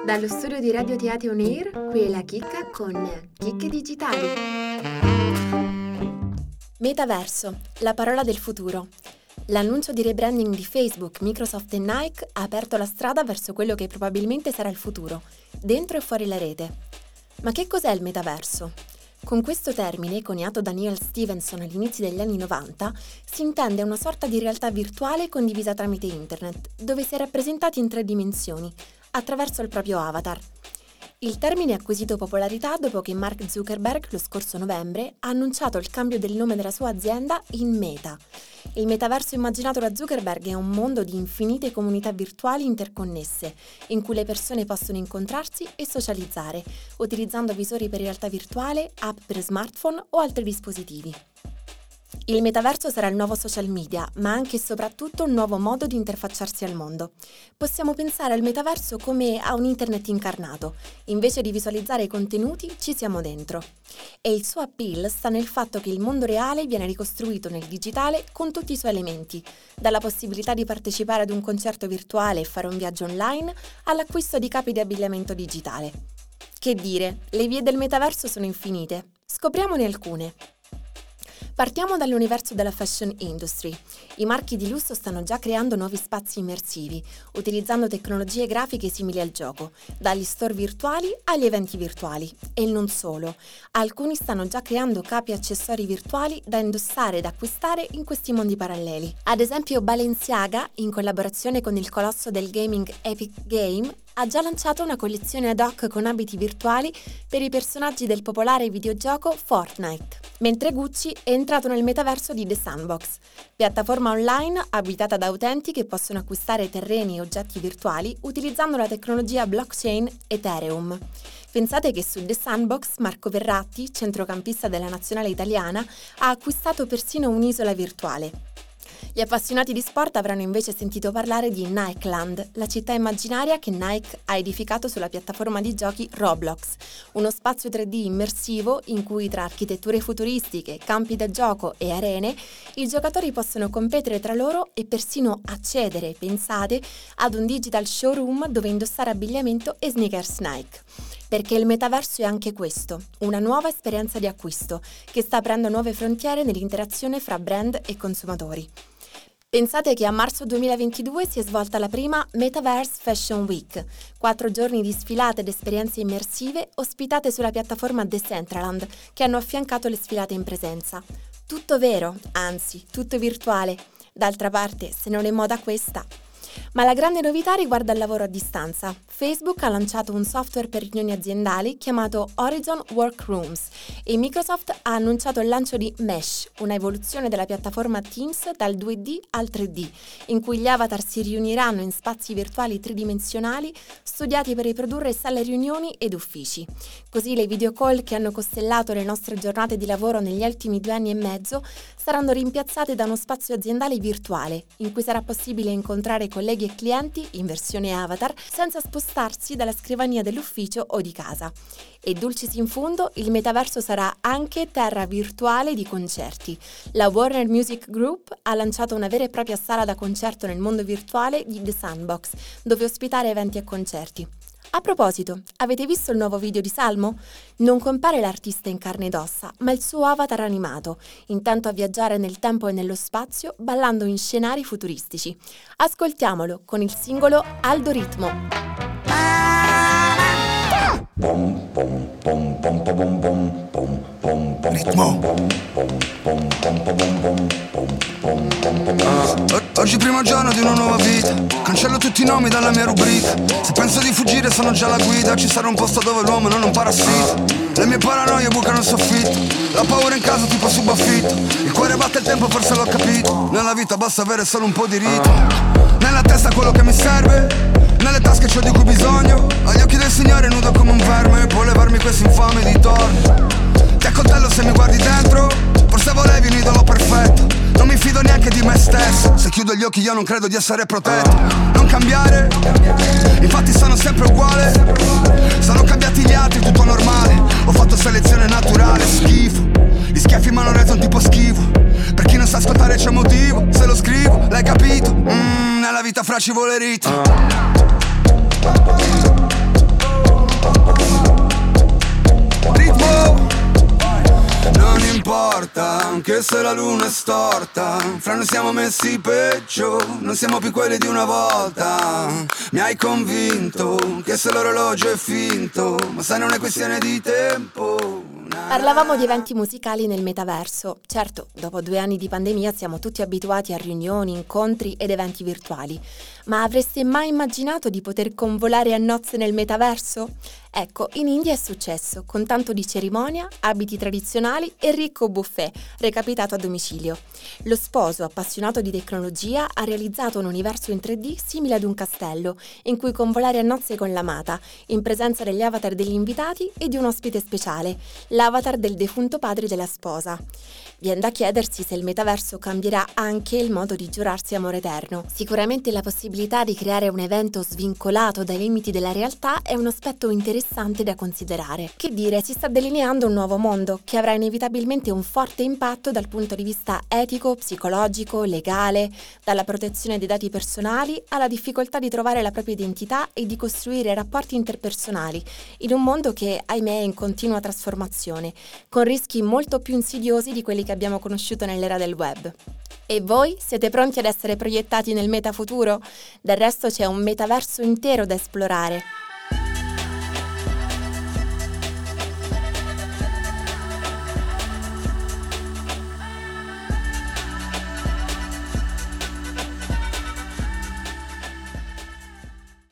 Dallo studio di Radio Teatro On Air, qui è la Chicca con Chicche Digitali. Metaverso, la parola del futuro. L'annuncio di rebranding di Facebook, Microsoft e Nike ha aperto la strada verso quello che probabilmente sarà il futuro, dentro e fuori la rete. Ma che cos'è il metaverso? Con questo termine, coniato da Neal Stephenson all'inizio degli anni 90, si intende una sorta di realtà virtuale condivisa tramite internet, dove si è rappresentati in 3 dimensioni, attraverso il proprio avatar. Il termine ha acquisito popolarità dopo che Mark Zuckerberg lo scorso novembre ha annunciato il cambio del nome della sua azienda in Meta. Il metaverso immaginato da Zuckerberg è un mondo di infinite comunità virtuali interconnesse, in cui le persone possono incontrarsi e socializzare, utilizzando visori per realtà virtuale, app per smartphone o altri dispositivi. Il metaverso sarà il nuovo social media, ma anche e soprattutto un nuovo modo di interfacciarsi al mondo. Possiamo pensare al metaverso come a un internet incarnato. Invece di visualizzare i contenuti, ci siamo dentro. E il suo appeal sta nel fatto che il mondo reale viene ricostruito nel digitale con tutti i suoi elementi, dalla possibilità di partecipare ad un concerto virtuale e fare un viaggio online, all'acquisto di capi di abbigliamento digitale. Che dire, le vie del metaverso sono infinite. Scopriamone alcune. Partiamo dall'universo della fashion industry. I marchi di lusso stanno già creando nuovi spazi immersivi, utilizzando tecnologie grafiche simili al gioco, dagli store virtuali agli eventi virtuali. E non solo. Alcuni stanno già creando capi e accessori virtuali da indossare ed acquistare in questi mondi paralleli. Ad esempio Balenciaga, in collaborazione con il colosso del gaming Epic Game, ha già lanciato una collezione ad hoc con abiti virtuali per i personaggi del popolare videogioco Fortnite. Mentre Gucci è entrato nel metaverso di The Sandbox, piattaforma online abitata da utenti che possono acquistare terreni e oggetti virtuali utilizzando la tecnologia blockchain Ethereum. Pensate che su The Sandbox Marco Verratti, centrocampista della nazionale italiana, ha acquistato persino un'isola virtuale. Gli appassionati di sport avranno invece sentito parlare di Nikeland, la città immaginaria che Nike ha edificato sulla piattaforma di giochi Roblox, uno spazio 3D immersivo in cui tra architetture futuristiche, campi da gioco e arene, i giocatori possono competere tra loro e persino accedere, pensate, ad un digital showroom dove indossare abbigliamento e sneakers Nike. Perché il metaverso è anche questo, una nuova esperienza di acquisto che sta aprendo nuove frontiere nell'interazione fra brand e consumatori. Pensate che a marzo 2022 si è svolta la prima Metaverse Fashion Week, 4 giorni di sfilate ed esperienze immersive ospitate sulla piattaforma Decentraland, che hanno affiancato le sfilate in presenza. Tutto vero, anzi, tutto virtuale. D'altra parte, se non è moda questa. Ma la grande novità riguarda il lavoro a distanza. Facebook ha lanciato un software per riunioni aziendali chiamato Horizon Workrooms e Microsoft ha annunciato il lancio di Mesh, una evoluzione della piattaforma Teams dal 2D al 3D, in cui gli avatar si riuniranno in spazi virtuali tridimensionali studiati per riprodurre sale riunioni ed uffici. Così le video call che hanno costellato le nostre giornate di lavoro negli ultimi 2 anni e mezzo saranno rimpiazzate da uno spazio aziendale virtuale, in cui sarà possibile incontrare colleghi e clienti in versione avatar senza spostarsi dalla scrivania dell'ufficio o di casa. E dulcis in fundo, il metaverso sarà anche terra virtuale di concerti. La Warner Music Group ha lanciato una vera e propria sala da concerto nel mondo virtuale di The Sandbox, dove ospitare eventi e concerti. A proposito, avete visto il nuovo video di Salmo? Non compare l'artista in carne ed ossa, ma il suo avatar animato, intento a viaggiare nel tempo e nello spazio, ballando in scenari futuristici. Ascoltiamolo con il singolo Aldo Ritmo. Oggi primo giorno di una nuova vita, cancello tutti i nomi dalla mia rubrica. Se penso di fuggire sono già alla guida, ci sarà un posto dove l'uomo non è un parassita. Le mie paranoie bucano il soffitto, la paura in casa tipo subaffitto. Il cuore batte il tempo, forse l'ho capito. Nella vita basta avere solo un po' di ritmo. Nella testa quello che mi serve, nelle tasche c'ho di cui bisogno. Agli occhi del Signore nudo come un verme, può levarmi questo infame di torno. Ti accoltello se mi guardi dentro, forse volevi un idolo perfetto. Non mi fido neanche di me stesso, se chiudo gli occhi io non credo di essere protetto. Non cambiare, infatti sono sempre uguale. Sono cambiati gli altri, tutto normale. Ho fatto selezione naturale, schifo. Gli schiaffi mi hanno reso un tipo schifo. Per chi non sa ascoltare c'è motivo, se lo scrivo, l'hai capito? Nella vita fra ci vuole ritmo. Anche se la luna è storta, fra noi siamo messi peggio, non siamo più quelli di una volta. Mi hai convinto che se l'orologio è finto, ma sai non è questione di tempo. Parlavamo di eventi musicali nel metaverso. Certo, dopo 2 anni di pandemia siamo tutti abituati a riunioni, incontri ed eventi virtuali. Ma avreste mai immaginato di poter convolare a nozze nel metaverso? Ecco, in India è successo, con tanto di cerimonia, abiti tradizionali e ricco buffet, recapitato a domicilio. Lo sposo, appassionato di tecnologia, ha realizzato un universo in 3D simile ad un castello, in cui convolare a nozze con l'amata, in presenza degli avatar degli invitati e di un ospite speciale, l'avatar del defunto padre della sposa. Viene da chiedersi se il metaverso cambierà anche il modo di giurarsi amore eterno. Sicuramente la possibilità di creare un evento svincolato dai limiti della realtà è un aspetto interessante da considerare. Che dire, si sta delineando un nuovo mondo che avrà inevitabilmente un forte impatto dal punto di vista etico, psicologico, legale, dalla protezione dei dati personali alla difficoltà di trovare la propria identità e di costruire rapporti interpersonali in un mondo che, ahimè, è in continua trasformazione, con rischi molto più insidiosi di quelli che abbiamo conosciuto nell'era del web. E voi siete pronti ad essere proiettati nel metafuturo? Del resto c'è un metaverso intero da esplorare.